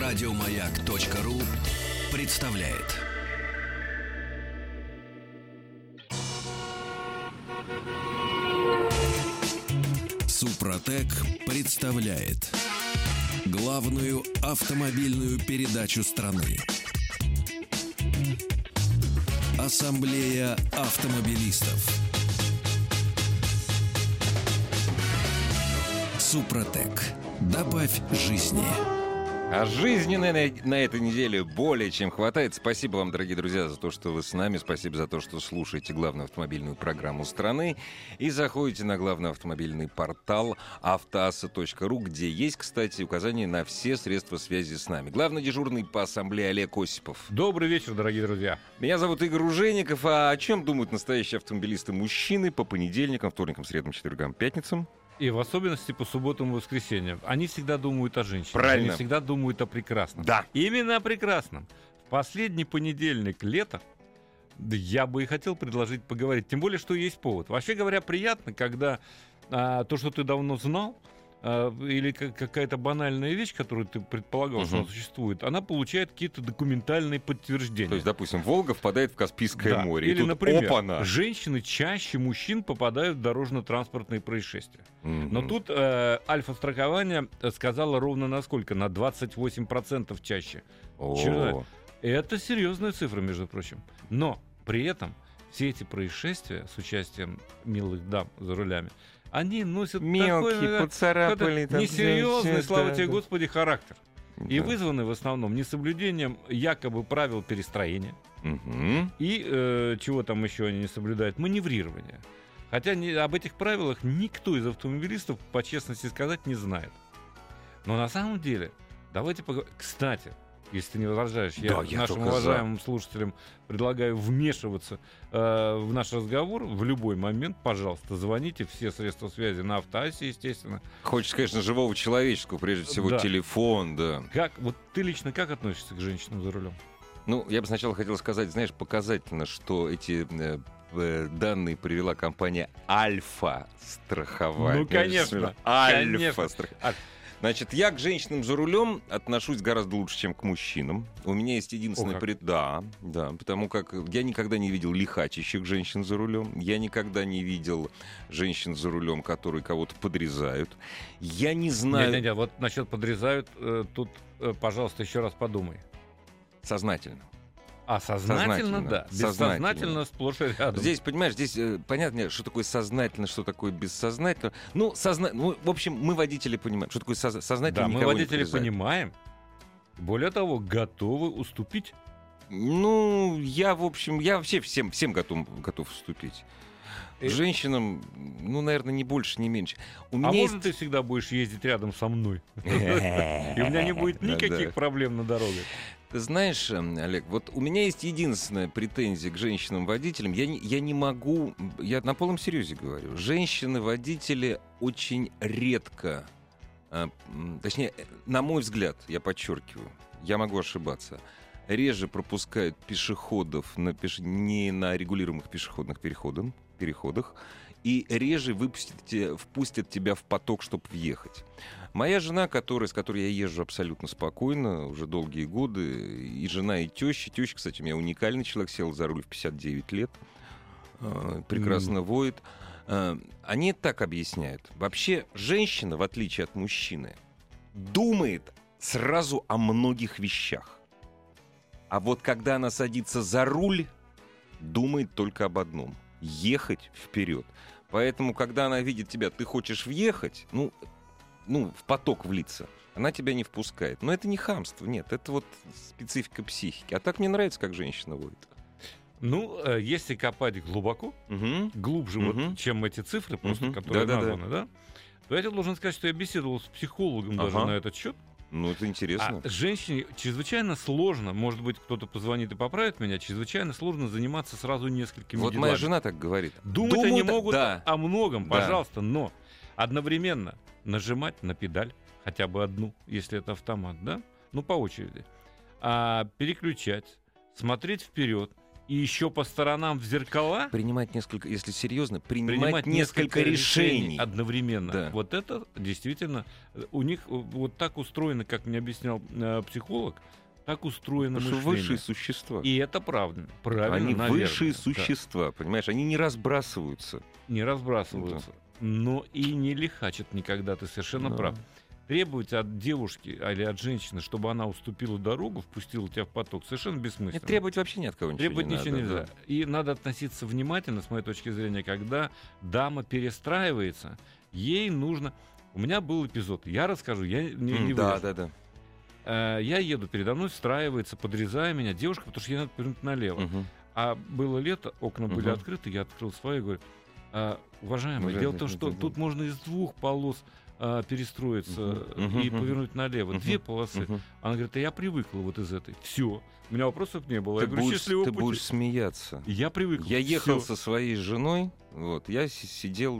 Радиомаяк.ру представляет. Супротек представляет главную автомобильную передачу страны. Ассамблея автомобилистов. Супротек. Добавь жизни. А жизни на этой неделе более чем хватает. Спасибо вам, дорогие друзья, за то, что вы с нами. Спасибо за то, что слушаете главную автомобильную программу страны и заходите на главный автомобильный портал автоаса.ру, где есть, кстати, указания на все средства связи с нами. Главный дежурный по ассамблее Олег Осипов. Добрый вечер, дорогие друзья. Меня зовут Игорь Ужеников. А о чем думают настоящие автомобилисты-мужчины по понедельникам, вторникам, средам, четвергам, пятницам? И в особенности по субботам и воскресеньям. Они всегда думают о женщине. Правильно. Они всегда думают о прекрасном. Да. Именно о прекрасном. В последний понедельник лета я бы и хотел предложить поговорить. Тем более, что есть повод. Вообще говоря, приятно, когда то, что ты давно знал, или какая-то банальная вещь, которую ты предполагал, что она существует, она получает какие-то документальные подтверждения. То есть, допустим, Волга впадает в Каспийское море. Или, и тут, например, опа-на. женщины чаще мужчин попадают в дорожно-транспортные происшествия. Но тут альфа-страхование сказала ровно на сколько? На 28% чаще. Это серьезная цифра, между прочим. Но при этом все эти происшествия с участием милых дам за рулями, они носят мелкие, поцарапали, несерьезный, слава тебе, да. Господи, характер. И Да. вызваны в основном несоблюдением якобы правил перестроения и чего там еще они не соблюдают, маневрирования. Хотя об этих правилах никто из автомобилистов, по честности сказать, не знает. Но на самом деле, давайте поговорим. Кстати, если ты не возражаешь, я нашим уважаемым слушателям предлагаю вмешиваться в наш разговор в любой момент. Пожалуйста, звоните. Все средства связи на Автоасе, естественно. Хочется, конечно, живого человеческого, прежде всего, Да. телефон, да. Вот ты лично как относишься к женщинам за рулем? Ну, я бы сначала хотел сказать, знаешь, показательно, что эти данные привела компания Альфа-страхование. Ну, конечно. Альфа-страхование. Значит, я к женщинам за рулем отношусь гораздо лучше, чем к мужчинам. У меня есть единственное... Да, потому как я никогда не видел лихачащих женщин за рулем. Я никогда не видел женщин за рулем, которые кого-то подрезают. Я не знаю... Нет, вот насчет подрезают, тут, пожалуйста, еще раз подумай. Сознательно. Сознательно, да. Бессознательно сплошь и рядом. Здесь, понимаешь, понятно, что такое сознательно, что такое бессознательно. Ну, в общем, мы, водители, понимаем, что такое сознательно. Да, мы, водители, понимаем. Более того, готовы уступить. Ну, я вообще всем готов уступить. Женщинам, наверное, не больше, не меньше. Может, ты всегда будешь ездить рядом со мной? И у меня не будет никаких проблем на дороге. Ты знаешь, Олег, вот у меня есть единственная претензия к женщинам-водителям. Я не могу, я на полном серьезе говорю, женщины-водители очень редко, точнее, на мой взгляд, я подчеркиваю, я могу ошибаться, реже пропускают пешеходов не на регулируемых пешеходных переходах, и реже впустят тебя в поток, чтобы въехать. Моя жена, с которой я езжу абсолютно спокойно, уже долгие годы, и жена, и теща. Теща, кстати, у меня уникальный человек, села за руль в 59 лет, прекрасно воет. Они так объясняют. Вообще, женщина, в отличие от мужчины, думает сразу о многих вещах. А вот когда она садится за руль, думает только об одном — ехать вперед. Поэтому, когда она видит тебя, ты хочешь въехать, в поток влиться, она тебя не впускает. Но это не хамство, нет, это вот специфика психики. А так мне нравится, как женщина водит. Если копать глубоко, глубже, вот, чем эти цифры, просто, которые названы, да, то я тебе должен сказать, что я беседовал с психологом даже на этот счет. Это интересно. А женщине чрезвычайно сложно, может быть, кто-то позвонит и поправит меня, чрезвычайно сложно заниматься сразу несколькими делами. Вот моя жена так говорит. Думать они могут о многом, пожалуйста, но одновременно нажимать на педаль, хотя бы одну, если это автомат, да? По очереди. Переключать, смотреть вперед и еще по сторонам в зеркала Принимать несколько, если серьезно, принимать несколько решений одновременно. Да. Вот это действительно у них вот так устроено, как мне объяснял психолог, так устроено Потому что мышление. высшие существа. И это правильно. Правильно, Они наверное. высшие Да. существа, понимаешь? Они не разбрасываются. Не разбрасываются. Но и не лихачат никогда, ты совершенно Да. прав. Требовать от девушки или от женщины, чтобы она уступила дорогу, впустила тебя в поток, совершенно бессмысленно. Нет, требовать вообще ни от кого ничего Требовать не ничего надо, нельзя. да. И надо относиться внимательно, с моей точки зрения, когда дама перестраивается, ей нужно... У меня был эпизод, я расскажу, я не Да, вырежу. да. Я еду, передо мной встраивается, подрезая меня девушка, потому что ей надо повернуть налево. Мгм. А было лето, окна были Мгм. открыты, я открыл свои и говорю: уважаемый, Уже, дело в том, да, что да, да. тут можно из двух полос перестроиться Мгм. и Мгм. повернуть налево. Мгм. Две полосы. Мгм. Она говорит: я привыкла вот из этой. Все. У меня вопросов не было. Ты Я говорю: будешь, счастливого ты пути. будешь смеяться. Я привыкла. Я ехал Всё. со своей женой, вот, я сидел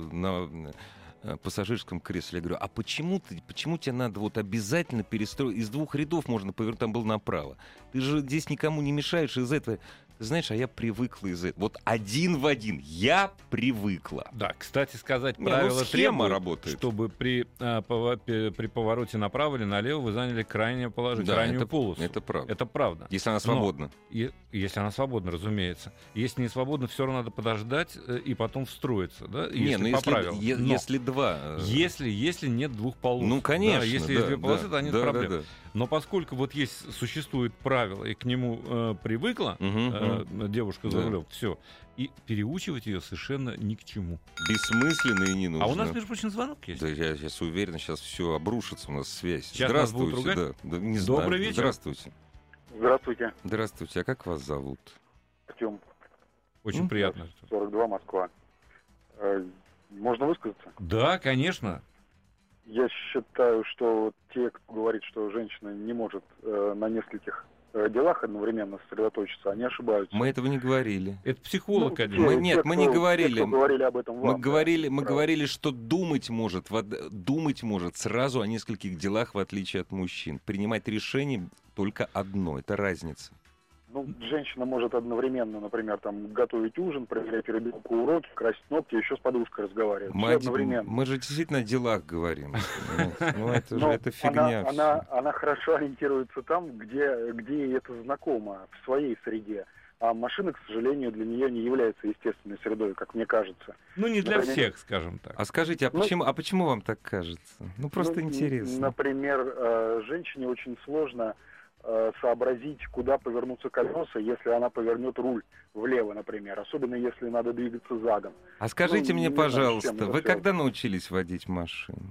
на пассажирском кресле. Я говорю: а почему тебе надо вот обязательно перестроить? Из двух рядов можно повернуть, там был направо. Ты же здесь никому не мешаешь из этого. Ты знаешь, а я привыкла из этого. Вот один в один. Я привыкла. Да, кстати сказать, Не, ну, правила схема требуют, работает. чтобы при повороте направо или налево вы заняли крайнее положение, Да, крайнюю это, полосу. это правда. Это правда. Если она Но свободна. если она свободна, разумеется. Если не свободна, все равно надо подождать и потом встроиться, да? Не, ну по правилам. Но если два... если нет двух полос. Ну, конечно. Да, если да, есть две полосы, да, то нет да, проблем. да, да. Но поскольку вот существует правило, и к нему привыкла Мгм, девушка за Да. рулем, все. И переучивать ее совершенно ни к чему. Бессмысленно и не нужно. А у нас, между прочим, звонок есть. Да, я сейчас уверен, сейчас все обрушится у нас связь. Сейчас нас будут Здравствуйте. ругать? Да, не Добрый знаю. вечер. Здравствуйте. Здравствуйте, Здравствуйте. А как вас зовут? Артем, Очень приятно. 42, Москва. Можно высказаться? Да, конечно. Я считаю, что вот те, кто говорит, что женщина не может на нескольких делах одновременно сосредоточиться, они ошибаются. Мы этого не говорили. Это психолог Ну, один. Мы- нет, мы не говорили. Те, кто говорили об этом Мы вам, говорили, да, мы правда. говорили, что думать может сразу о нескольких делах, в отличие от мужчин. Принимать решение только одно. Это разница. Ну, женщина может одновременно, например, там готовить ужин, проверять ребенку уроки, красить ногти, еще с подружкой разговаривать. Всё одновременно. Мы же действительно о делах говорим. Ну, это же Но это фигня. она хорошо ориентируется там, где ей это знакомо, в своей среде. А машина, к сожалению, для нее не является естественной средой, как мне кажется. Ну, не для Например, всех, скажем так. А скажите, почему вам так кажется? Ну, просто Ну, интересно. Например, женщине очень сложно сообразить, куда повернутся колеса, если она повернет руль влево, например. Особенно если надо двигаться задом. А скажите ну, мне, не знаю, с чем пожалуйста, это вы связано. когда научились водить машину?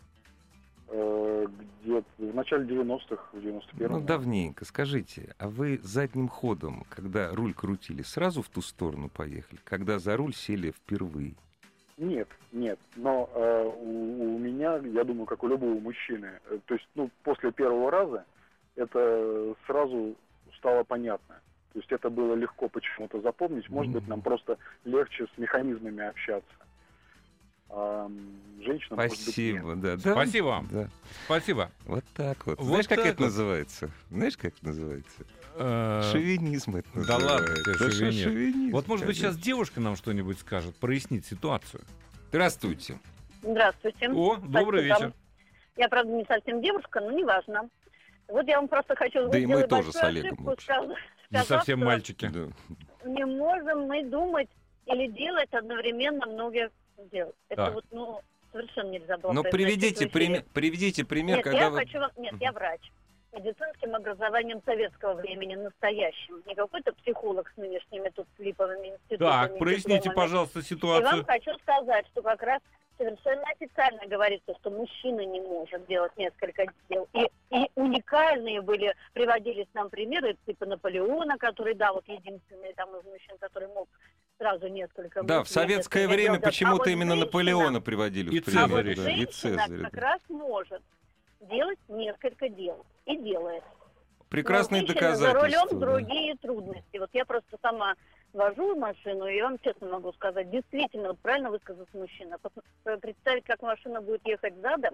Где-то в начале 90-х, в 91-м. Ну, давненько. Скажите, а вы задним ходом, когда руль крутили, сразу в ту сторону поехали? Когда за руль сели впервые? Нет. Но у меня, я думаю, как у любого мужчины, то есть, после первого раза это сразу стало понятно. То есть это было легко почему-то запомнить. Может быть, нам просто легче с механизмами общаться. А женщина, Спасибо, может быть, нет. да. Спасибо вам. Да. Спасибо. Вот так вот. Вот Знаешь, как так это вот. называется? Знаешь, как это называется? Э, Шовинизм это да ладно называется. тебе, Да что шовинизм. шовинизм, Вот, может быть, конечно. сейчас девушка нам что-нибудь скажет, прояснит ситуацию. Здравствуйте. Здравствуйте. О, добрый Спасибо. вечер. Я, правда, не совсем девушка, но неважно. Вот я вам просто хочу Да и мы сделать тоже большую с Олегом ошибку, вообще. Не сказав, совсем что мальчики. Да. не можем мы думать или делать одновременно много дел. Это Так. совершенно нельзя было Ну, произносить в эфире. приведите пример, Нет, когда я вы... хочу вам... Нет, я врач. Медицинским образованием советского времени, настоящим. Не какой-то психолог с нынешними тут липовыми институтами. Так, проясните, дипломами. пожалуйста, И вам ситуацию. хочу сказать, что как раз совершенно официально говорится, что мужчина не может делать несколько дел. И уникальные приводились нам примеры, типа Наполеона, который, да, вот единственный там из мужчин, который мог сразу несколько... Да, в советское время почему-то именно Наполеона приводили И в пример. А вот Цезаря. Да, и женщина Цезаря, как да. раз может делать несколько дел. И делает. Прекрасные Но у женщины за доказательства. рулем да. другие трудности. Вот я просто сама вожу машину, и я вам честно могу сказать, действительно, вот правильно высказался мужчина. Представить, как машина будет ехать задом,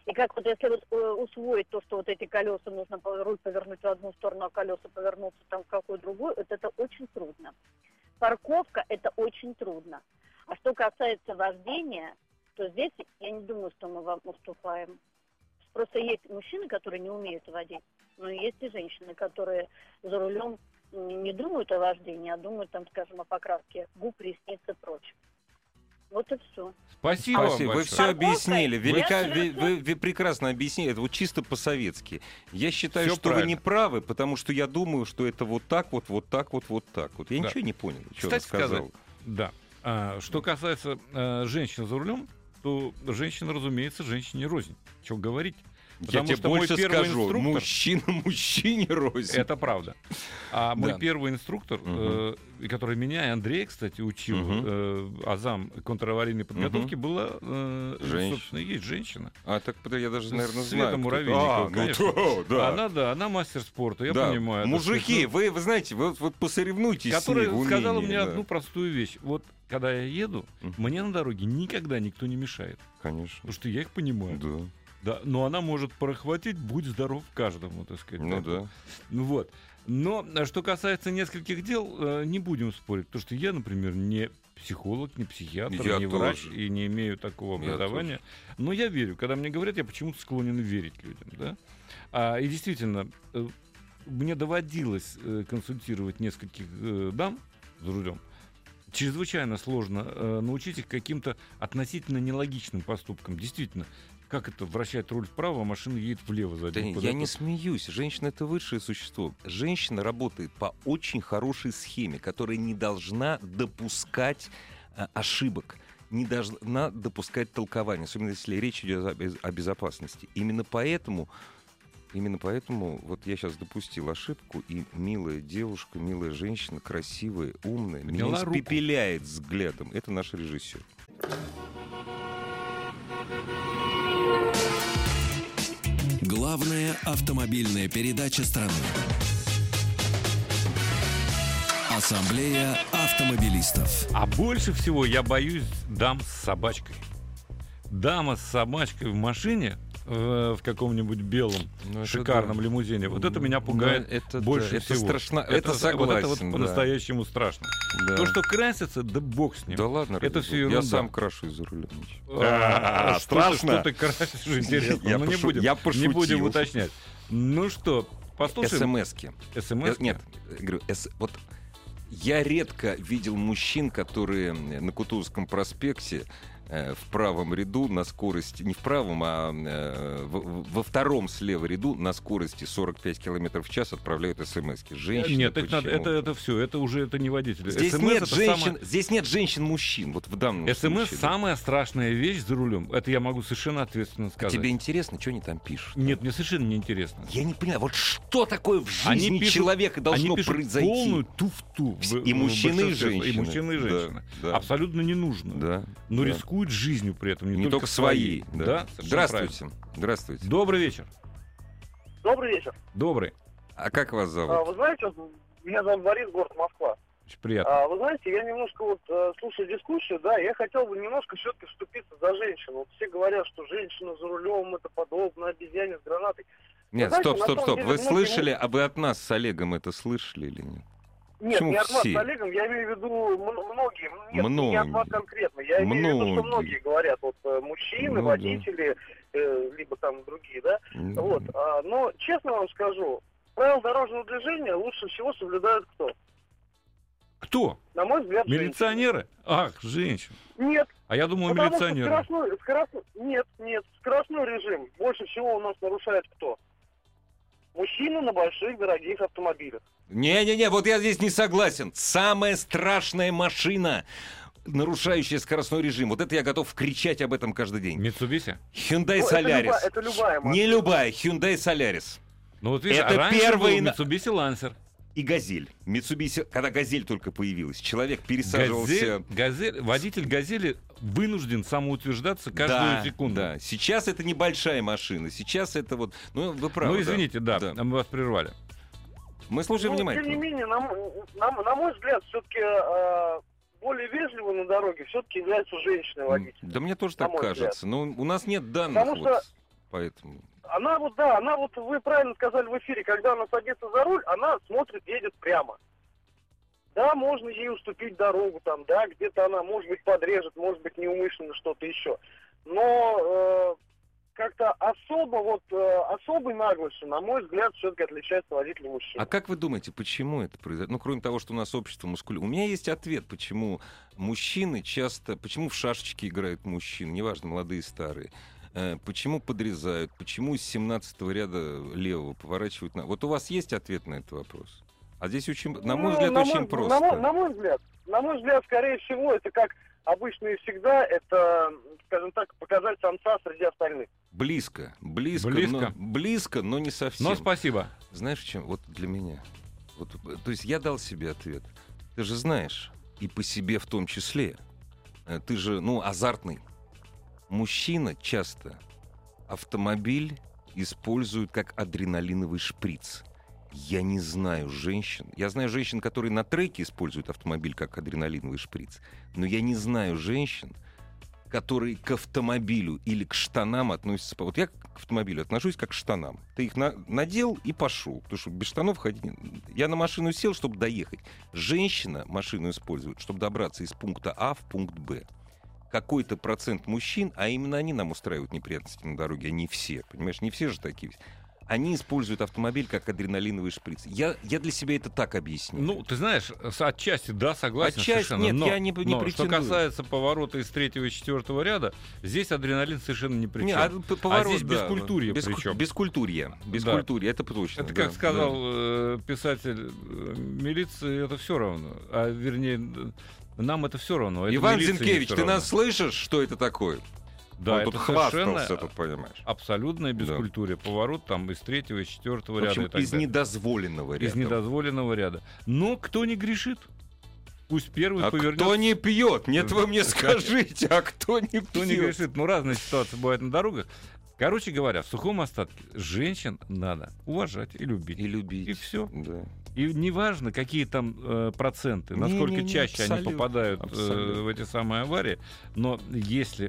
И как вот если вот усвоить то, что вот эти колеса нужно руль повернуть в одну сторону, а колеса повернуться там в какую другую, вот это очень трудно. Парковка – это очень трудно. А что касается вождения, то здесь я не думаю, что мы вам уступаем. Просто есть мужчины, которые не умеют водить, но есть и женщины, которые за рулем не думают о вождении, а думают, там, скажем, о покраске губ, ресниц и прочем. Вот и все. Спасибо вам Вы большое. все объяснили. Я Вы прекрасно объяснили. Это вот чисто по-советски. Я считаю, Всё что правильно. вы не правы, потому что я думаю, что это вот так вот, вот так вот, вот так вот. Я Да. ничего не понял, что Кстати рассказал. сказать, да. Что касается женщин за рулем, то женщина, разумеется, женщине рознь. Что говорить? Я Потому тебе что мой больше первый скажу. инструктор- Мужчина мужчине рознь. Это правда. А мой Да. первый инструктор, который меня и Андрей, кстати, учил, азам контраварийной подготовки, была, Женщина. собственно, есть женщина. А так я даже, наверное, Света знаю. кто это. Муравейникова, Ну конечно. да. Она мастер спорта, я Да. понимаю. так Мужики, сказать, вы знаете, вот посоревнуйтесь с которая ней в сказала умении, мне да. одну простую вещь. Вот когда я еду, Мгм. мне на дороге никогда никто не мешает. Конечно. Потому что я их понимаю. Да. Да, но она может прохватить, будь здоров каждому, так сказать. Ну поэтому. да. Ну вот. Но что касается нескольких дел, не будем спорить. Потому что я, например, не психолог, не психиатр, Я не врач тоже. и не имею такого Я образования. Но я верю. Когда мне говорят, я почему-то склонен верить людям. Да? И действительно, мне доводилось консультировать нескольких дам за рулем. Чрезвычайно сложно научить их каким-то относительно нелогичным поступкам. Действительно, как это вращать руль вправо, а машина едет влево за Да ним? я не смеюсь. Женщина — это высшее существо. Женщина работает по очень хорошей схеме, которая не должна допускать ошибок, не должна допускать толкования, особенно если речь идет о безопасности. Именно поэтому вот я сейчас допустил ошибку, и милая девушка, милая женщина, красивая, умная, меня Подняла руку. испепеляет взглядом. Это наш режиссер. Главная автомобильная передача страны. Ассамблея автомобилистов. А больше всего я боюсь дам с собачкой. Дама с собачкой в машине в каком-нибудь белом Ну, это шикарном да. лимузине. Вот это меня пугает это, больше да, всего. Это страшно. Это вот согласен. это вот да. по-настоящему страшно. Да. То, что красится, да бог с ним. Да ладно, это ради все бога. ерунда. Я сам крашусь за рулем. Что ты красишь, интересно. Я Ну, не я будем пошутил. уточнять. Ну что, послушаем. СМСки. СМС? Нет, говорю, вот я редко видел мужчин, которые на Кутузовском проспекте в правом ряду на скорости, не в правом, а во втором слева ряду на скорости 45 км в час отправляют смс-ки. Женщины Нет, их надо, почему-то. это все, это уже это не водитель. Здесь СМС нет это женщин, здесь нет женщин-мужчин, вот в данном СМС случае. да. самая страшная вещь за рулем. Это я могу совершенно ответственно А сказать. тебе интересно, что они там пишут? Нет, мне совершенно не интересно. Я не понимаю, вот что такое в Они жизни пишут- человека должно Они пишут произойти? полную туфту. И мужчины, и большинстве. женщины. И мужчины, и Да, женщины. да. Абсолютно не нужно. Да. Но да. рискуют жизнью при этом. Не только свои. Да. Да, совершенно Здравствуйте. правильно. Здравствуйте. Добрый вечер. Добрый вечер. Добрый. А как вас зовут? Вы знаете, меня зовут Борис, город Москва. Очень приятно. Вы знаете, я немножко слушаю дискуссию, да, я хотел бы немножко все-таки вступиться за женщину. Вот все говорят, что женщина за рулем это подобно обезьяне с гранатой. Нет, знаете, стоп, на стоп, самом стоп. деле Вы многие слышали, а вы от нас с Олегом это слышали или нет? Нет, Почему не от вас все? с Олегом, я имею в виду многие. Нет, Многие. не от вас конкретно. Я имею в виду, что Многие. многие говорят, вот мужчины, Ну да. водители, либо там другие, да. Вот. Но честно вам скажу, правила дорожного движения лучше всего соблюдают кто? Кто? На мой взгляд, женщины. Милиционеры? Ах, женщины. Нет. А я думал, Потому что милиционеры. скоростной режим больше всего у нас нарушает кто? Мужчины на больших дорогих автомобилях. Не-не-не, вот я здесь не согласен. Самая страшная машина, нарушающая скоростной режим. Вот это я готов кричать об этом каждый день. Mitsubishi? Hyundai Ну, Solaris. это любая машина. Не любая, Hyundai Solaris. Ну вот видишь, Это а раньше первый был на- Mitsubishi Lancer. И Газель. Mitsubishi, когда Газель только появилась, человек пересаживался... Водитель «Газели» вынужден самоутверждаться каждую секунду. Да, сейчас это небольшая машина, сейчас это вот... Ну, вы правы. Ну, извините, да, да. мы вас прервали. Мы слушаем Ну, внимательно. тем не менее, на мой взгляд, все-таки более вежливой на дороге все-таки является женщина-водитель. Да мне тоже на так мой кажется. Но у нас нет данных. Потому что- Поэтому... Она вот, вы правильно сказали в эфире, когда она садится за руль, она смотрит, едет прямо. Да, можно ей уступить дорогу там, да, где-то она, может быть, подрежет, может быть, неумышленно что-то еще. Но как-то особой наглостью, на мой взгляд, все-таки отличается водитель мужчин. А как вы думаете, почему это произойдет? Ну, кроме того, что у нас общество мускулинное. У меня есть ответ, почему мужчины часто... Почему в шашечки играют мужчины, неважно, молодые, старые. Почему подрезают? Почему с 17-го ряда левого поворачивают? Вот у вас есть ответ на этот вопрос? А здесь очень, на мой взгляд, очень просто. На мой взгляд, скорее всего, это как обычно и всегда, это, скажем так, показать самца среди остальных. Близко, но не совсем. Но спасибо. Знаешь, в чем? Вот для меня. Вот, то есть я дал себе ответ. Ты же знаешь, и по себе в том числе, ты же, азартный. Мужчина часто автомобиль использует как адреналиновый шприц. Я не знаю женщин. Я знаю женщин, которые на треке используют автомобиль как адреналиновый шприц. Но я не знаю женщин, которые к автомобилю или к штанам относятся... Вот я к автомобилю отношусь как к штанам. Ты их надел и пошел. Потому что без штанов ходить... Я на машину сел, чтобы доехать. Женщина машину использует, чтобы добраться из пункта А в пункт Б. Какой-то процент мужчин, а именно они нам устраивают неприятности на дороге, а не все. Понимаешь, не все же такие. Они используют автомобиль как адреналиновый шприц. Я для себя это так объясню. Ну, ты знаешь, отчасти, да, согласен отчасти, совершенно. Нет, но, я не претендую. Что касается поворота из 3-го и 4-го ряда, здесь адреналин совершенно ни при чем. Поворот, здесь бескультурье причем. Бескультурье, это точно. Это, как сказал писатель милиции, это все равно. А вернее, нам это все равно. Иван Зинкевич, ты нас слышишь, что это такое? Да, он это тут хвастался, совершенно понимаешь. Абсолютная бескультурье. Да. Поворот там из 3-го и 4-го ряда. В общем, из недозволенного ряда. Из недозволенного ряда. Но кто не грешит, пусть первый повернет. Кто не пьет? Нет, вы мне скажите, а кто не пьет? Кто не грешит? Разные ситуации бывают на дорогах. Короче говоря, в сухом остатке женщин надо уважать и любить. И все. Да. И неважно, какие там проценты, насколько чаще они попадают в эти самые аварии, но если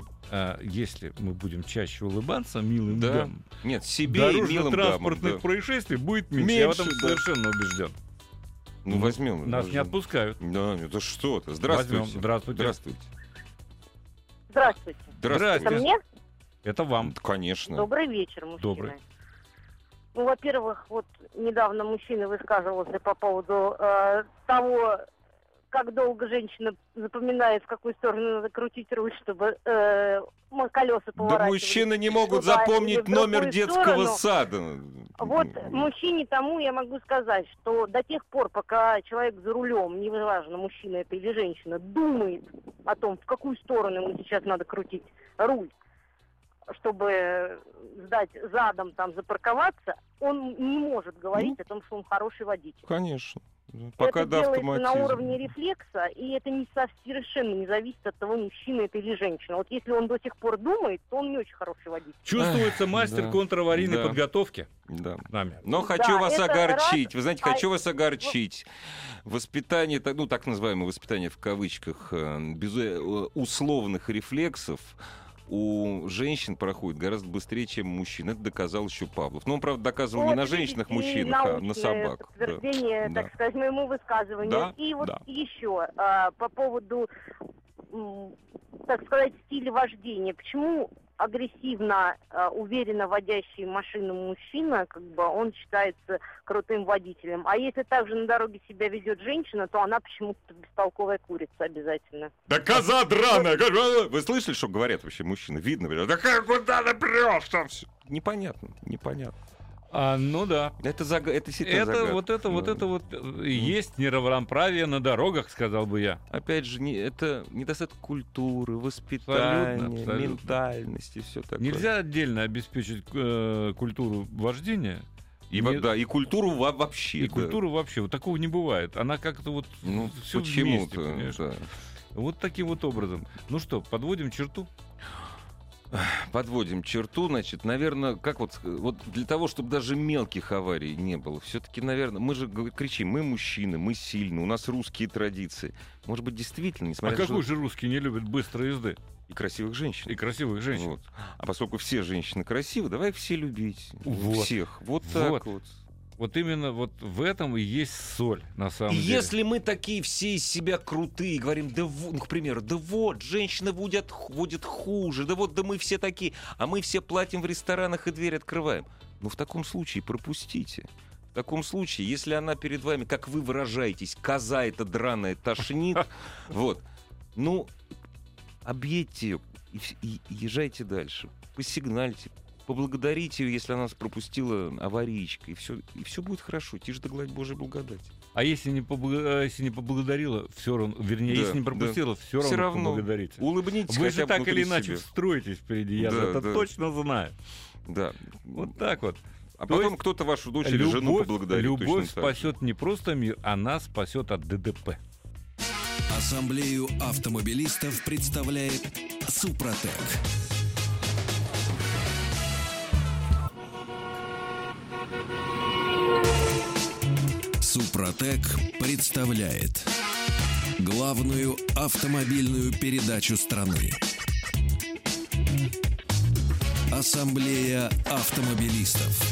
мы будем чаще улыбаться милым дамам, нет, себе и милым дорожно-транспортных происшествий будет меньше. Я в этом совершенно убежден. Возьмем. Нас не отпускают. Да, это что-то. Здравствуйте. Возьмем. Здравствуйте. Здравствуйте. Это мне? Это вам. Конечно. Добрый вечер, мужчина. Добрый. Ну, во-первых, вот недавно мужчина высказывался по поводу того, как долго женщина запоминает, в какую сторону надо крутить руль, чтобы колеса поворачивались. Да мужчины не могут запомнить номер детского сада. Вот мужчине тому я могу сказать, что до тех пор, пока человек за рулем, неважно, мужчина это или женщина, думает о том, в какую сторону ему сейчас надо крутить руль, чтобы сдать задом, там, запарковаться, он не может говорить о том, что он хороший водитель. Конечно. Пока это делается на уровне рефлекса, и это совершенно не зависит от того, мужчина это или женщина. Вот если он до сих пор думает, то он не очень хороший водитель. Чувствуется мастер контраварийной подготовки. Да. Нами. Но хочу вас огорчить. Вы знаете, хочу вас огорчить. Воспитание, так называемое воспитание в кавычках, без условных рефлексов у женщин проходит гораздо быстрее, чем у мужчин. Это доказал еще Павлов. Но он, правда, доказывал не на женщинах, мужчинах, а на собак. Подтверждение, так сказать, моему высказыванию. Да, и вот еще по поводу, так сказать, стиля вождения. Почему агрессивно, уверенно водящий машину мужчина, он считается крутым водителем. А если также на дороге себя ведет женщина, то она почему-то бестолковая курица обязательно. Да коза драная! Вы слышали, что говорят вообще мужчины? Видно, говорят, да куда ты прешь там все? Непонятно. Ну да. Это есть неравноправие на дорогах, сказал бы я. Опять же, это недостаток культуры, воспитания, ментальности, все такое. Нельзя отдельно обеспечить культуру вождения. И культуру вообще. И культуру вообще. Вот такого не бывает. Она как-то все вместе, понимаешь? Да. Вот таким вот образом. Ну что, подводим черту? Подводим черту, значит, наверное, как вот для того, чтобы даже мелких аварий не было, все-таки, наверное, мы же кричим, мы мужчины, мы сильны, у нас русские традиции. Может быть, действительно, несмотря на какой же русский не любит быстрой езды? И красивых женщин. И красивых женщин. Вот. А поскольку все женщины красивы, давай все любить. Вот. Всех. Вот так вот. Вот именно вот в этом и есть соль, на самом деле. Если мы такие все из себя крутые, говорим, ну, к примеру, женщины водят хуже, да мы все такие, а мы все платим в ресторанах и дверь открываем. Ну, в таком случае пропустите. В таком случае, если она перед вами, как вы выражаетесь, коза эта драная тошнит, вот, ну, объедьте ее и езжайте дальше, посигнальте, поблагодарите ее, если она нас пропустила аварийка, и все будет хорошо. Тишь да гладь Божьей благодати. А если не поблагодарила, все равно, вернее, Да, если не пропустила, да. все равно поблагодарите. Улыбнитесь. Вы хотя же бы так внутри или иначе себя. встроитесь впереди, я Да, это да. точно знаю. Да. Вот так вот. А То потом есть кто-то вашу дочь или жену поблагодарит. Любовь точно так же. спасет не просто мир, она спасет от ДДП. Ассамблею автомобилистов представляет Супротек. Супротек представляет главную автомобильную передачу страны. Ассамблея автомобилистов.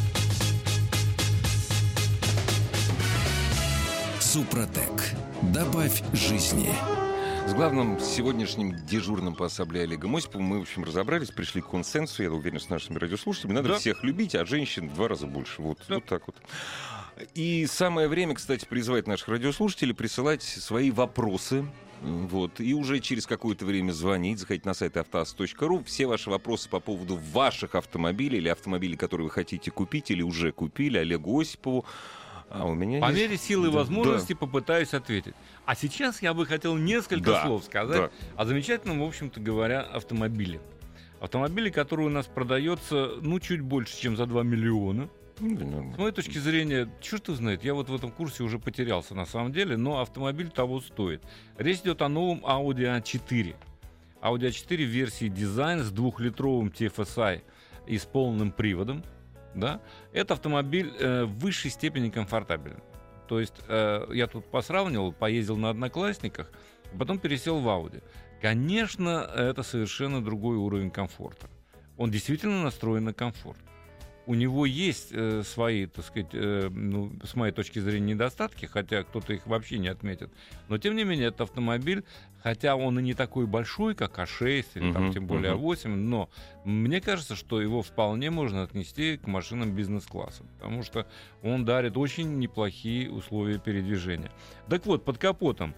Супротек. Добавь жизни. С главным сегодняшним дежурным по ассамблее Олегом Осиповым мы, в общем, разобрались, пришли к консенсусу, я уверен, с нашими радиослушателями. Надо Да. всех любить, а женщин в 2 раза больше. Вот, Да. вот так вот. И самое время, кстати, призывать наших радиослушателей присылать свои вопросы. Вот, и уже через какое-то время звонить, заходить на сайт автоаз.ру. Все ваши вопросы по поводу ваших автомобилей или автомобилей, которые вы хотите купить или уже купили, Олегу Осипову. А у меня По есть... мере силы и Да, возможности попытаюсь ответить. А сейчас я бы хотел несколько Да, слов сказать да. о замечательном, в общем-то говоря, автомобиле. Автомобиле, который у нас продается, чуть больше, чем за 2 миллиона. С моей точки зрения, черт его знает, я вот в этом курсе уже потерялся на самом деле, но автомобиль того стоит. Речь идет о новом Audi A4. Audi A4 в версии дизайн с 2-литровым TFSI и с полным приводом. Да? Этот автомобиль в высшей степени комфортабелен. То есть я тут посравнивал, поездил на одноклассниках, потом пересел в Audi. Конечно, это совершенно другой уровень комфорта. Он действительно настроен на комфорт. У него есть свои, так сказать, с моей точки зрения, недостатки, хотя кто-то их вообще не отметит. Но, тем не менее, этот автомобиль, хотя он и не такой большой, как А6 или там, тем более А8, но мне кажется, что его вполне можно отнести к машинам бизнес-класса, потому что он дарит очень неплохие условия передвижения. Так вот, под капотом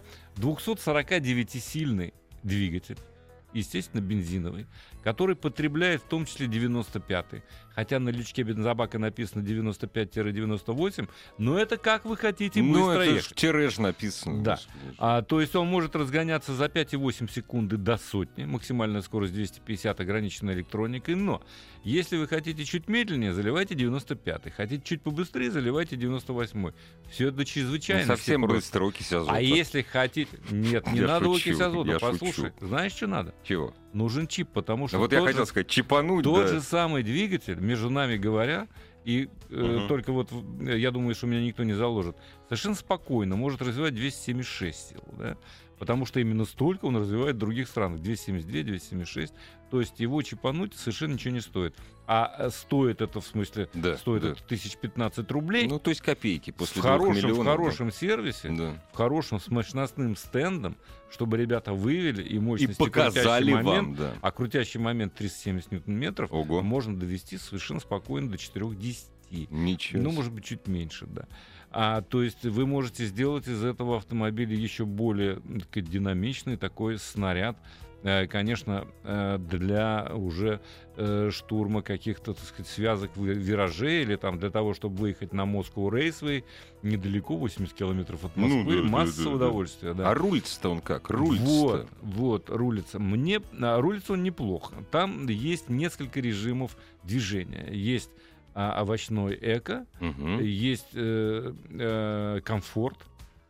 249-сильный двигатель, естественно, бензиновый, который потребляет в том числе 95-й. Хотя на лючке бензобака написано 95-98, но это как вы хотите быстро это ехать. ж тираж написано. Да. Господи. То есть он может разгоняться за 5,8 секунды до сотни, максимальная скорость 250, ограничена электроникой, но если вы хотите чуть медленнее, заливайте 95-й, хотите чуть побыстрее, заливайте 98-й. Все это чрезвычайно Совсем просто. быстро, окись азота. А если хотите... Нет, не Я надо шучу, окись азота, я послушай. шучу. Знаешь, что надо? Чего? Нужен чип, потому что Вот я тот хотел же- сказать, чипануть, тот да. же самый двигатель, между нами говоря, и только вот я думаю, что меня никто не заложит, совершенно спокойно может развивать 276 сил, да? Потому что именно столько он развивает в других странах, 272, 276, то есть его чипануть совершенно ничего не стоит. А стоит это, в смысле, Да, стоит да. это 1015 рублей Ну, то есть копейки в после 2 хорошем, миллионов. в хорошем сервисе, Да. в хорошем с мощностным стендом, чтобы ребята вывели и И мощность показали крутящий момент, вам, да. а крутящий момент 370 ньютон-метров Ого. можно довести совершенно спокойно до 4-10. Ничего. Ну, себе. может быть, чуть меньше, да. То есть вы можете сделать из этого автомобиля еще более, так сказать, динамичный такой снаряд, конечно, для уже штурма каких-то, так сказать, связок виражей или там для того, чтобы выехать на Москву Рейсвей недалеко, 80 километров от Ну, Москвы. да, Масса да, да, удовольствия, да. А рулится-то он как? Рулится-то. Вот, рулится. Рулится он неплохо. Там есть несколько режимов движения. Есть овощной эко, Мгм. есть комфорт,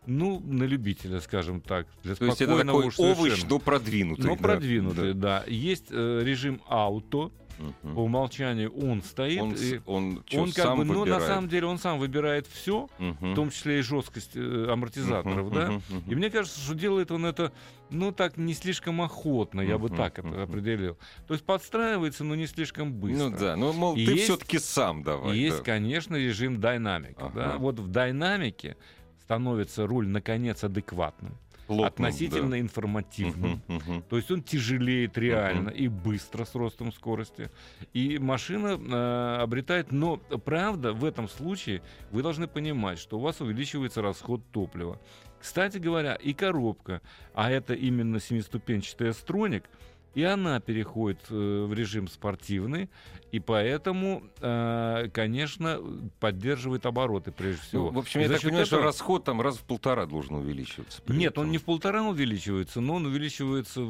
Ну, на любителя, скажем так. Для То есть это спокойного такой уж совершенно. овощ, но продвинутый. Но да. продвинутый, да. Есть режим ауто. Мгм. По умолчанию он стоит. Он Он как сам бы, но на выбирает? самом деле он сам выбирает все, Мгм. в том числе и жесткость амортизаторов, Мгм, да. мгм, мгм. И мне кажется, что делает он это, ну, так не слишком охотно, я бы Мгм, так это мгм. определил. То есть подстраивается, но не слишком быстро. Ну да, ну, мол, И ты есть- все-таки сам давай. И есть, да. конечно, режим динамика. Ага. Да? Вот в динамике становится руль, наконец, адекватным, Плотным, относительно да. информативным. Мгм, мгм. То есть он тяжелеет реально и быстро с ростом скорости. И машина обретает... Но, правда, в этом случае вы должны понимать, что у вас увеличивается расход топлива. Кстати говоря, и коробка, а это именно семиступенчатый S-Tronic, и она переходит в режим спортивный, и поэтому, конечно, поддерживает обороты прежде всего. Ну, в общем, И я за так счет понимаю, что этого- расход там раз в 1,5 должен увеличиваться. при Нет, этом. он не в 1,5 увеличивается, но он увеличивается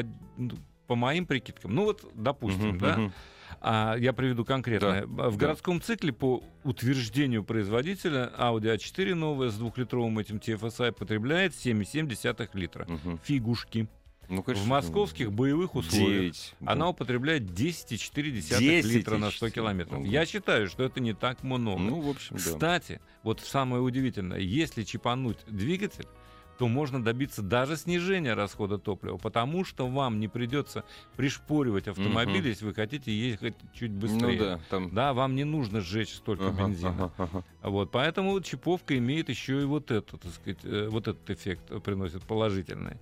по моим прикидкам. Ну вот, допустим, Мгм, да, мгм. я приведу конкретное. В городском цикле по утверждению производителя Audi A4 новая с 2-литровым этим TFSI потребляет 7,7 литра. Мгм. Фигушки. Ну, конечно, В московских боевых условиях 9. она употребляет 10,4 10 литра на 100 тысяч. километров. Ну, Я считаю, что это не так много. Ну, в общем, да. Кстати, вот самое удивительное, если чипануть двигатель, то можно добиться даже снижения расхода топлива, потому что вам не придется пришпоривать автомобиль, Мгм. если вы хотите ехать чуть быстрее. Ну да, там... Да, вам не нужно сжечь столько Ага, бензина. ага, ага. Вот, поэтому чиповка имеет еще и вот это, так сказать, вот этот эффект приносит положительный.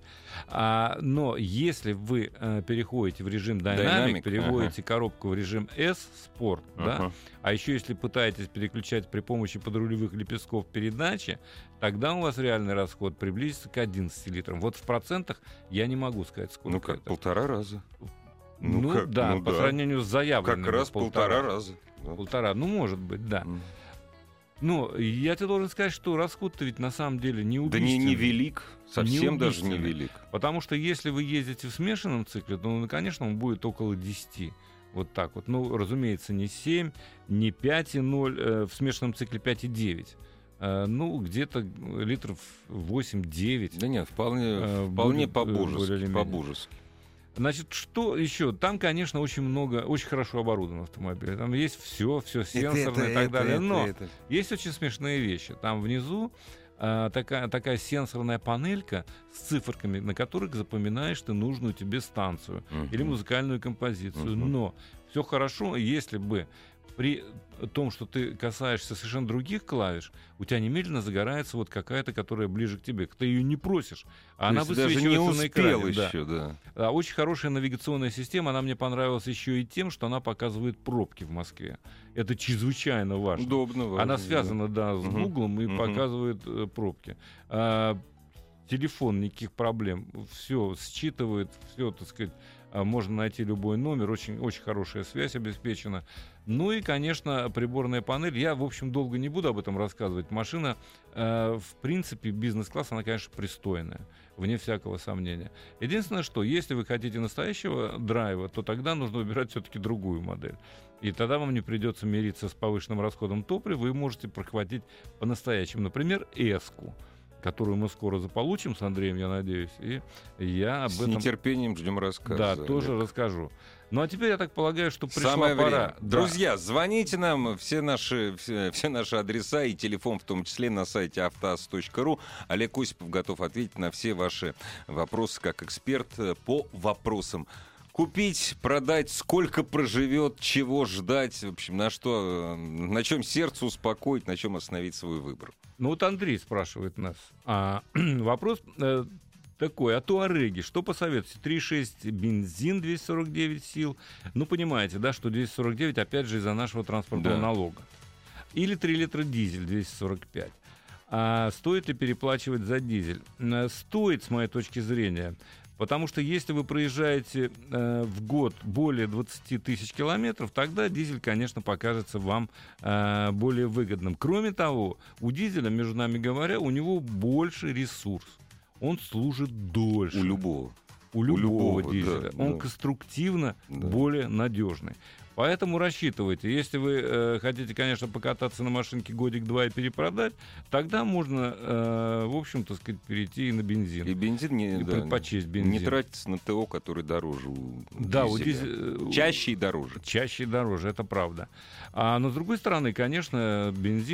Но если вы переходите в режим динамик, Dynamic, переводите коробку в режим S, спорт, да, Ага. а еще если пытаетесь переключать при помощи подрулевых лепестков передачи, тогда у вас реальный расход приблизится к 11 литрам. Вот в процентах я не могу сказать, сколько Ну как, это. 1,5 раза. Ну, как, да, ну по да. сравнению с заявленным. Как раз 1,5 раза. Да. 1,5, ну, может быть, да. М. Но я тебе должен сказать, что расход-то ведь на самом деле не Да убийственный. не велик, совсем даже не убийственный. велик. Потому что если вы ездите в смешанном цикле, то, ну, конечно, он будет около 10. Вот так вот. Ну, разумеется, не 7, не 5,0, в смешанном цикле 5,9. Ну, где-то литров 8-9. Да нет, вполне будет, более или по-божески. менее. По-божески. Значит, что еще? Там, конечно, очень много, очень хорошо оборудован автомобиль. Там есть все сенсорное и так далее. Но есть очень смешные вещи. Там внизу такая сенсорная панелька с циферками, на которых запоминаешь ты нужную тебе станцию или музыкальную композицию. Мгм. Но все хорошо, если бы при том, что ты касаешься совершенно других клавиш, у тебя немедленно загорается вот какая-то, которая ближе к тебе. Ты ее не просишь, а она То есть даже не высвечивается на успел экране. Да. еще, да. Очень хорошая навигационная система. Она мне понравилась еще и тем, что она показывает пробки в Москве. Это чрезвычайно важно. Удобно. важно, Она да. связана, да, с Мгм. Гуглом и Мгм. показывает пробки. Телефон, никаких проблем. Все считывает, все, так сказать, можно найти любой номер. Очень, очень хорошая связь обеспечена. Ну и, конечно, приборная панель. Я, в общем, долго не буду об этом рассказывать. Машина, в принципе, бизнес-класс, она, конечно, пристойная. Вне всякого сомнения. Единственное, что если вы хотите настоящего драйва, то тогда нужно выбирать все-таки другую модель. И тогда вам не придется мириться с повышенным расходом топлива. Вы можете прохватить по-настоящему. Например, S-ку, которую мы скоро заполучим с Андреем, я надеюсь. И я об С этом... нетерпением ждем рассказа. Да, тоже расскажу. Ну а теперь я так полагаю, что пришла Самое пора. время. Да. Друзья, звоните нам, все наши адреса и телефон, в том числе на сайте автоаз.ру. Олег Осипов готов ответить на все ваши вопросы как эксперт по вопросам. Купить, продать, сколько проживет, чего ждать, в общем, на чем сердце успокоить, на чем остановить свой выбор. Ну вот Андрей спрашивает нас. Вопрос такой, о Туареге. Что посоветуете? 3,6 бензин, 249 сил. Ну, понимаете, да, что 249, опять же, из-за нашего транспортного налога. Или 3 литра дизель, 245. А стоит ли переплачивать за дизель? Стоит, с моей точки зрения. Потому что если вы проезжаете в год более 20 тысяч километров, тогда дизель, конечно, покажется вам более выгодным. Кроме того, у дизеля, между нами говоря, у него больше ресурс. Он служит дольше. У любого. У любого дизеля. Да, Он да. конструктивно Да. более надежный. Поэтому рассчитывайте. Если вы хотите, конечно, покататься на машинке годик-два и перепродать, тогда можно, в общем-то, сказать, перейти и на бензин. И бензин и предпочесть бензин. Не тратиться на ТО, который дороже у дизеля. Чаще и дороже. Чаще и дороже, это правда. Но, с другой стороны, конечно,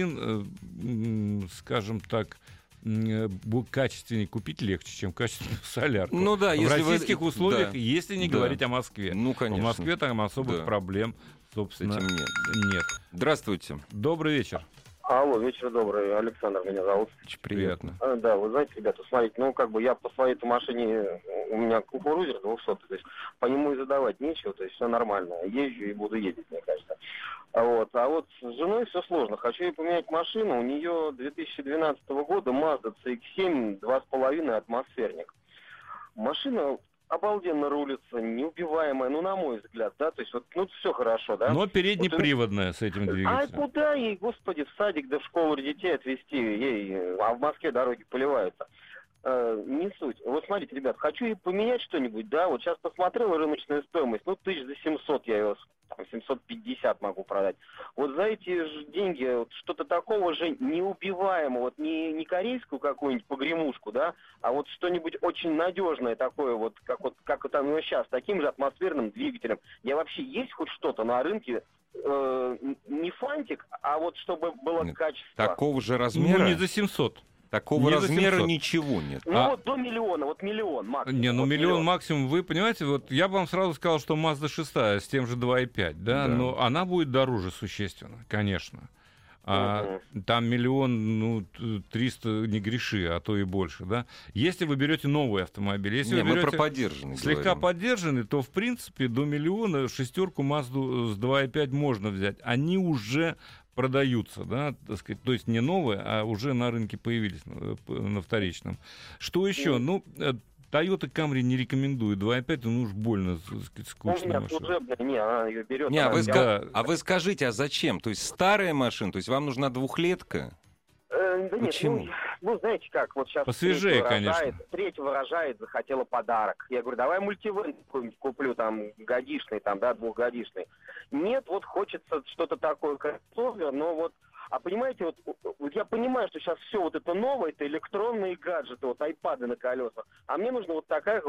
бензин, скажем так, качественнее купить легче, чем качественную солярку. Ну да, в российских условиях, да, если не говорить о Москве. Ну, конечно. В Москве там особых проблем, собственно, с этим нет. Здравствуйте. Добрый вечер. Алло, вечер добрый. Александр меня зовут. Очень приятно. Да, вы знаете, ребята, смотрите, я по своей-то машине, у меня кукурузер 200, то есть по нему и задавать нечего, то есть все нормально. Езжу и буду ездить, мне кажется. А вот с женой все сложно. Хочу ей поменять машину. У нее 2012 года Mazda CX-7 2,5 атмосферник. Машина обалденно рулится, неубиваемая, на мой взгляд, да, то есть все хорошо, да. Но переднеприводная с этим двигателем. А куда ей, господи, в садик да в школу детей отвезти, а в Москве дороги поливаются. Не суть. Вот смотрите, ребят, хочу ей поменять что-нибудь, да, вот сейчас посмотрел рыночную стоимость, 1700 я ее, 750 могу продать. Вот за эти же деньги что-то такого же неубиваемого, не корейскую какую-нибудь погремушку, да, а вот что-нибудь очень надежное такое, как там сейчас, таким же атмосферным двигателем. Вообще есть хоть что-то на рынке, не фантик, а вот чтобы было качество. Такого же размера? Не за 700. Такого не размера ничего нет. До миллиона, миллион максимум. Миллион максимум, вы понимаете, я бы вам сразу сказал, что Mazda 6 с тем же 2,5, да, но она будет дороже существенно, конечно. Там 1 300 000 не греши, а то и больше, да. Если вы берете новый автомобиль, если вы берете мы про подержанный слегка говорим. Подержанный, то в принципе до 1 миллиона шестерку Mazda с 2,5 можно взять. Они уже продаются, да, так сказать, то есть не новые, а уже на рынке появились на вторичном. Что еще? Toyota Camry не рекомендую. 2,5, уж больно, так сказать, скучная машина. Она ее берет. А вы скажите, а зачем? То есть старая машина, то есть вам нужна двухлетка? Почему? Знаете как, вот сейчас посвежее, конечно. Третьего рожает, захотела подарок. Я говорю, давай мультивэн куплю, годишный, двухгодишный. Нет, хочется что-то такое кроссовер, но а понимаете, я понимаю, что сейчас все это новое, это электронные гаджеты, айпады на колесах, а мне нужна такая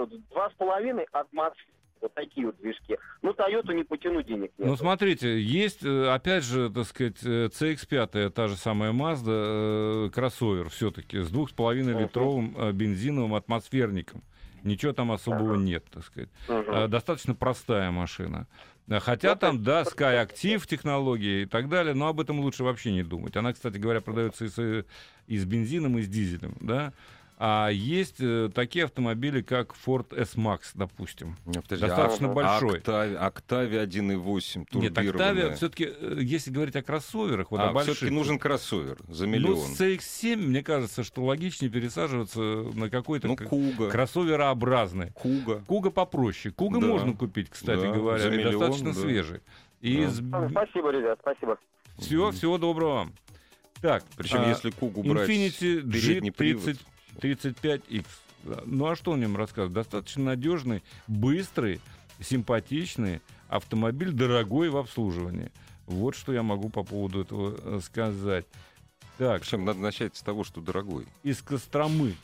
2,5 атмосфера. Такие движки. Toyota не потянуть денег нет. Смотрите, есть, опять же, так сказать, CX-5, та же самая Mazda, кроссовер все-таки, с 2,5-литровым бензиновым атмосферником. Ничего там особого нет, так сказать. Достаточно простая машина. Хотя там, Sky Active технологии и так далее, но об этом лучше вообще не думать. Она, кстати говоря, продается и с бензином, и с дизелем, да. А есть такие автомобили, как Ford S-Max, допустим. Достаточно большой. Octavia 1.8 турбированная. Нет, Octavia, все-таки, если говорить о кроссоверах, о больших... все-таки нужен кроссовер за миллион. С CX-7, мне кажется, что логичнее пересаживаться на какой-то Kuga. Кроссоверообразный. Kuga попроще. Kuga можно купить, кстати говоря, за миллион, достаточно свежий. Спасибо, ребят, спасибо. Всего доброго вам. Так, причем если Kuga брать Infiniti передний привод... G35X. А что о нем рассказывать? Достаточно надежный, быстрый, симпатичный автомобиль, дорогой в обслуживании. Вот что я могу по поводу этого сказать. Так. Причем надо начать с того, что дорогой. Из Костромы.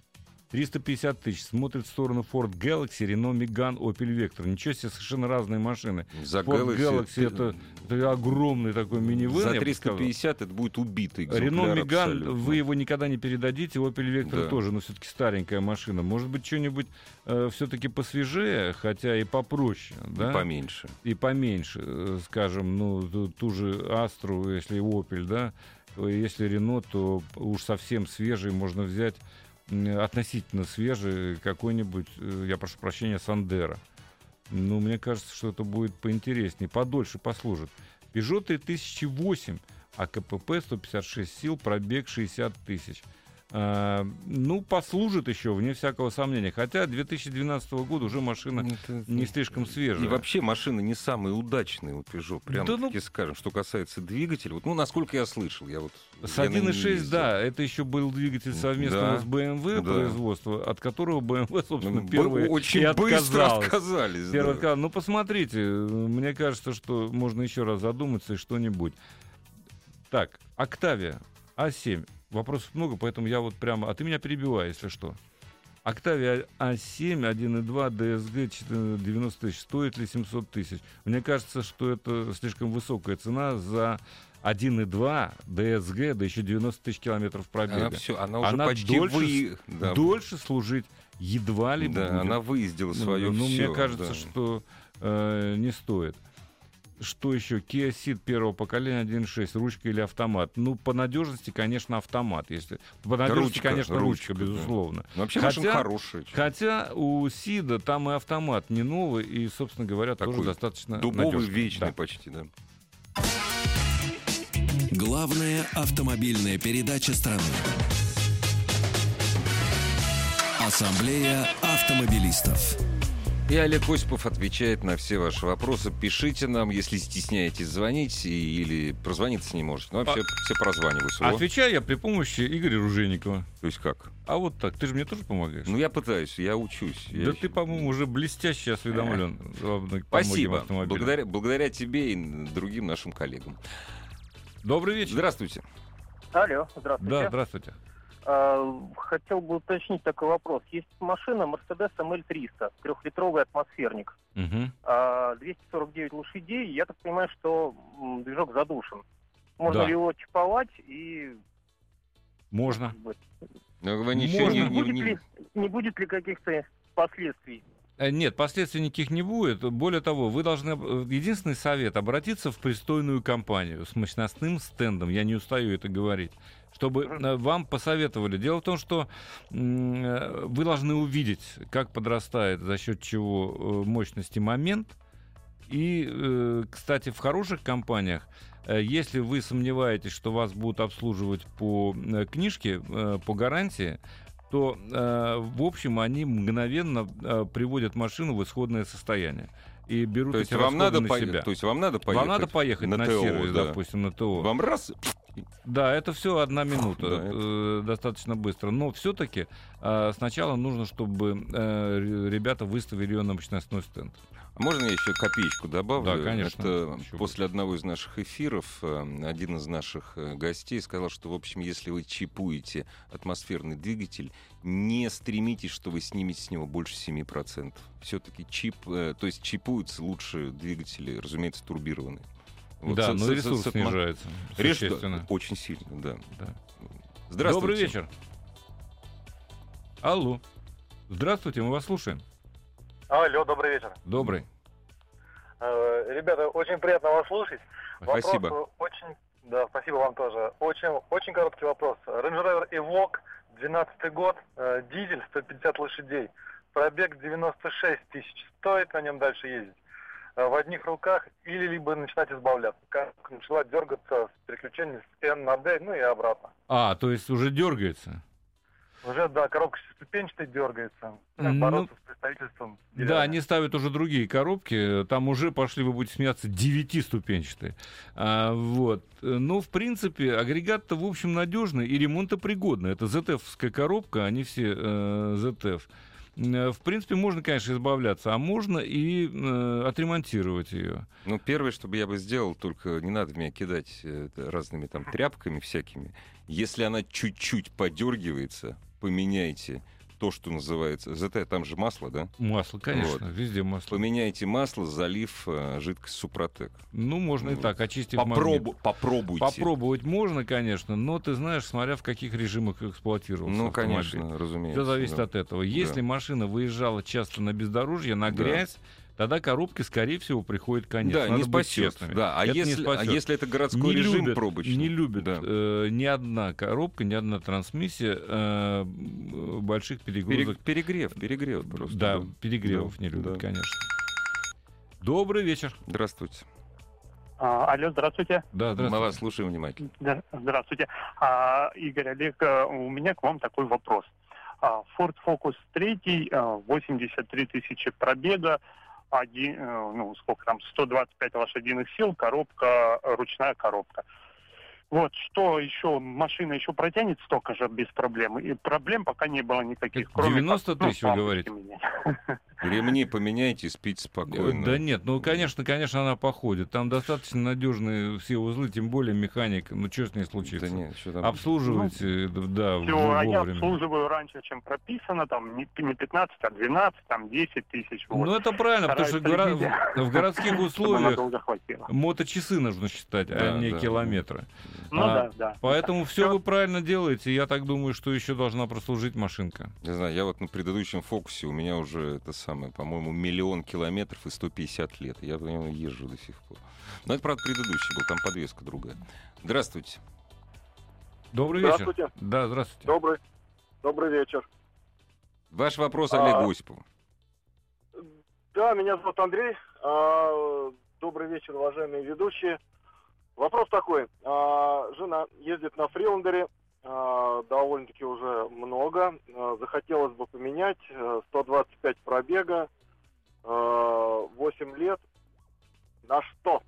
350 000. Смотрит в сторону Ford Galaxy, Renault Megane, Opel Vectra. Ничего себе, совершенно разные машины. За Ford Galaxy это огромный такой минивэн. За 350 это будет убитый экземпляр. Renault Megane, абсолютно. вы его никогда не передадите. Opel Vectra тоже, но все-таки старенькая машина. Может быть, что-нибудь все-таки посвежее, хотя и попроще. Да? И поменьше. Скажем, ту же Astra, если Opel, да. Если Renault, то уж совсем свежий можно взять, относительно свежий какой-нибудь, я прошу прощения, Сандеро. Мне кажется, что это будет поинтереснее, подольше послужит. Peugeot 3008, АКПП 156 сил, пробег 60 000. послужит еще, вне всякого сомнения. Хотя 2012 года уже машина не слишком свежая. И вообще машина не самая удачная у Peugeot, прямо-таки скажем, что касается двигателя. Вот, насколько я слышал, с 1.6, да, это еще был двигатель совместного с BMW производства, от которого BMW, собственно, первые очень и отказалась. Быстро отказались. Посмотрите, мне кажется, что можно еще раз задуматься и что-нибудь. Так, Octavia A7. Вопросов много, поэтому я вот прямо... А ты меня перебивай, если что. Octavia A7, 1.2, DSG, 90 тысяч. Стоит ли 700 тысяч? Мне кажется, что это слишком высокая цена за 1.2 DSG, да еще 90 тысяч километров пробега. Она уже почти дольше служить едва ли будет. Она выездила свое все. Мне кажется, что не стоит. Что еще? Kia Ceed первого поколения 1.6, ручка или автомат? По надежности, конечно, автомат. Ручка, безусловно. Да. Вообще машина хорошая. Хотя у Ceed там и автомат не новый, и, собственно говоря, тоже достаточно дубовый, надежный. вечный почти, да. Главная автомобильная передача страны. Ассамблея автомобилистов. И Олег Осипов отвечает на все ваши вопросы. Пишите нам, если стесняетесь звонить или прозвониться не можете. Вообще все прозваниваются. Отвечаю я при помощи Игоря Ружейникова. То есть как? А вот так. Ты же мне тоже помогаешь? Я пытаюсь, я учусь. Ты, по-моему, уже блестяще осведомлен. Спасибо. Благодаря тебе и другим нашим коллегам. Добрый вечер. Здравствуйте. Алло, здравствуйте. Да, здравствуйте. Хотел бы уточнить такой вопрос. Есть машина Mercedes ML300, 3-литровый атмосферник. 249 лошадей. Я так понимаю, что движок задушен. Можно ли его чиповать и... Можно. Не будет ли каких-то последствий? Нет, последствий никаких не будет. Более того, вы должны... Единственный совет — обратиться в пристойную компанию с мощностным стендом. Я не устаю это говорить. Чтобы вам посоветовали. Дело в том, что вы должны увидеть, как подрастает за счет чего мощности момент. И, кстати, в хороших компаниях, если вы сомневаетесь, что вас будут обслуживать по книжке, по гарантии, то, в общем, они мгновенно приводят машину в исходное состояние. И берут эти расходы на себя. То есть вам надо поехать? Вам надо поехать на ТО, сервис, допустим, на ТО. Вам раз... Да, это все 1 минута, достаточно быстро. Но все-таки сначала нужно, чтобы ребята выставили ее на мощностной стенд. Можно я еще копеечку добавлю? Да, конечно. Это после одного из наших эфиров один из наших гостей сказал, что, в общем, если вы чипуете атмосферный двигатель, не стремитесь, что вы снимете с него больше 7%. Все-таки то есть чипуются лучше двигатели, разумеется, турбированные. Да, но ресурс снижается существенно. Очень сильно, да. Здравствуйте. Добрый вечер. Алло. Здравствуйте, мы вас слушаем. Алло, добрый вечер. Добрый. Ребята, очень приятно вас слушать. Спасибо. Спасибо вам тоже. Очень короткий вопрос. Range Rover Evoque, 12 год, дизель, 150 лошадей, пробег 96 тысяч. Стоит на нем дальше ездить? В одних руках или либо начинать избавляться? Как начала дергаться с переключением с N на D, и обратно. То есть уже дергается? Уже, да, коробка ступенчатая дергается. Бороться с представительством. Да, они ставят уже другие коробки. Там уже пошли, вы будете смеяться, 9-ступенчатые. В принципе, агрегат-то, в общем, надежный и ремонтопригодный. Это ZF-ская коробка, они все ZF. В принципе, можно, конечно, избавляться, а можно и отремонтировать ее. Первое, что бы я бы сделал, только не надо меня кидать разными там тряпками всякими. Если она чуть-чуть подергивается, поменяйте то, что называется... там же масло, да? Масло, конечно, везде масло. Поменяйте масло, залив жидкость Супротек. Можно и так, очистив Попробуйте. Попробовать можно, конечно, но ты знаешь, смотря в каких режимах эксплуатировался автомобиль. Конечно, разумеется. Все зависит от этого. Если машина выезжала часто на бездорожье, на грязь, тогда коробке, скорее всего, приходит конец. Да, не спасет. Да. Если это городской режим пробочный? Не любит ни одна коробка, ни одна трансмиссия больших перегрузок. Перегрев просто. Да, перегревов не любит, конечно. Добрый вечер. Здравствуйте. Алло, здравствуйте. Да, здравствуйте. Мы вас слушаем внимательно. Да, здравствуйте. Игорь, Олег, у меня к вам такой вопрос. Ford Focus 3, 83 тысячи пробега, 125 лошадиных сил, коробка, ручная коробка. Вот, что еще, машина еще протянет столько же без проблем. И проблем пока не было никаких. 90 тысяч, вы говорите? Ремни поменяйте, спите спокойно. Да нет, конечно, она походит. Там достаточно надежные все узлы, тем более механик. Ну, что с ней случится? Да нет, что там... Обслуживайте, да, все, я вовремя. обслуживаю раньше, чем прописано, там не 15, а 12, там 10 тысяч. Вот. Ну, это правильно, потому что в городских условиях моточасы нужно считать, а не километры. Ну да. Поэтому все вы правильно делаете. Я так думаю, что еще должна прослужить машинка. Не знаю, я вот на предыдущем Фокусе, у меня уже это самое, по-моему, 1 000 000 километров и 150 лет. Я по нему езжу до сих пор. Но это, правда, предыдущий был, там подвеска другая. Здравствуйте. Добрый вечер. Здравствуйте. Да, здравствуйте. Добрый вечер. Ваш вопрос Олегу Осипову. Да, меня зовут Андрей. Добрый вечер, уважаемые ведущие. Вопрос такой. Жена ездит на фриландере довольно-таки уже много. Захотелось бы поменять. 125 пробега, 8 лет. На что?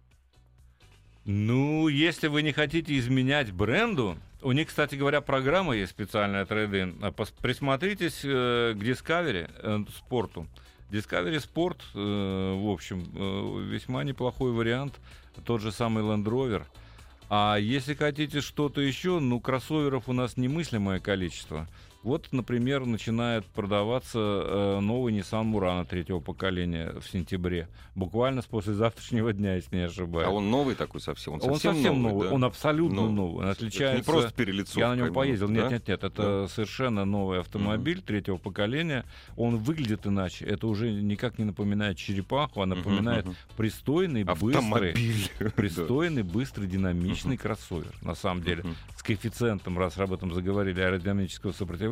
Ну, если вы не хотите изменять бренду, у них, кстати говоря, программа есть специальная трейд-ин. Присмотритесь к Discovery спорту. Discovery Sport, в общем, весьма неплохой вариант. Тот же самый Land Rover. А если хотите что-то еще, ну, кроссоверов у нас немыслимое количество. Вот, например, начинает продаваться новый Nissan Murano 3-го поколения в сентябре. Буквально с послезавтрашнего дня, если не ошибаюсь. А он новый такой совсем? Он совсем новый. Да? Он абсолютно новый. Он отличается... Это не просто перелицовка. Я на нем поездил. Да? Нет. Это совершенно новый автомобиль 3-го поколения. Он выглядит иначе. Это уже никак не напоминает черепаху, а напоминает пристойный, быстрый, динамичный кроссовер. На самом деле. С коэффициентом, раз об этом заговорили, аэродинамического сопротивления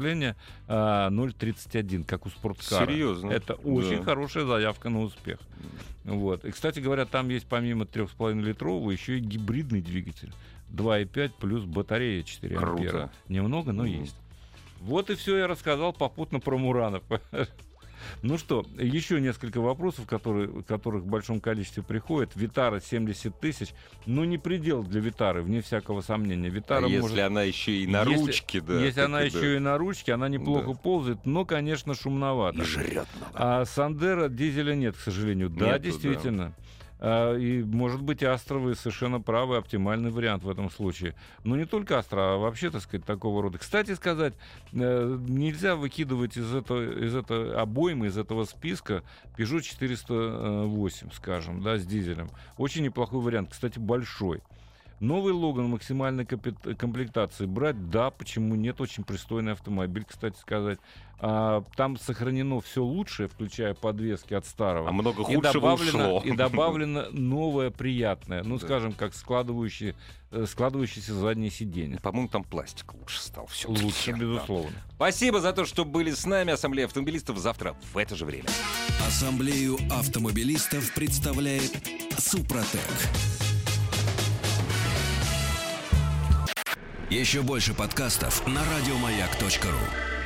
0,31, как у спорткара. Серьезно? Это очень хорошая заявка на успех. Вот. И, кстати говоря, там есть помимо 3,5-литрового еще и гибридный двигатель. 2,5 плюс батарея 4 ампера. Немного, но есть. Вот и все я рассказал попутно про Муранов. Ну что, еще несколько вопросов, которых в большом количестве приходят. Витара 70 тысяч. Ну, не предел для Витары, вне всякого сомнения. Витара если она еще и на ручке, да. Если она еще и на ручке, она неплохо ползает, но, конечно, шумновато. И жрет много. А Сандеро дизеля нет, к сожалению. Да, нету, действительно. И, может быть, Астра, вы совершенно правы, оптимальный вариант в этом случае. Но не только Астра, а вообще, так сказать, такого рода. Кстати сказать, нельзя выкидывать из этой обоймы, из этого списка Peugeot 408, скажем, да, с дизелем. Очень неплохой вариант, кстати, большой. Новый Логан максимальной комплектации брать, да, почему нет, очень пристойный автомобиль, кстати сказать. Там сохранено все лучшее, включая подвески от старого. А много худшего ушло. И добавлено новое приятное, ну, скажем, как складывающееся заднее сиденье. По-моему, там пластик лучше стал. Все лучше, безусловно. Спасибо за то, что были с нами. Ассамблея автомобилистов завтра в это же время. Ассамблею автомобилистов представляет Супротек. Еще больше подкастов на радиомаяк.ру.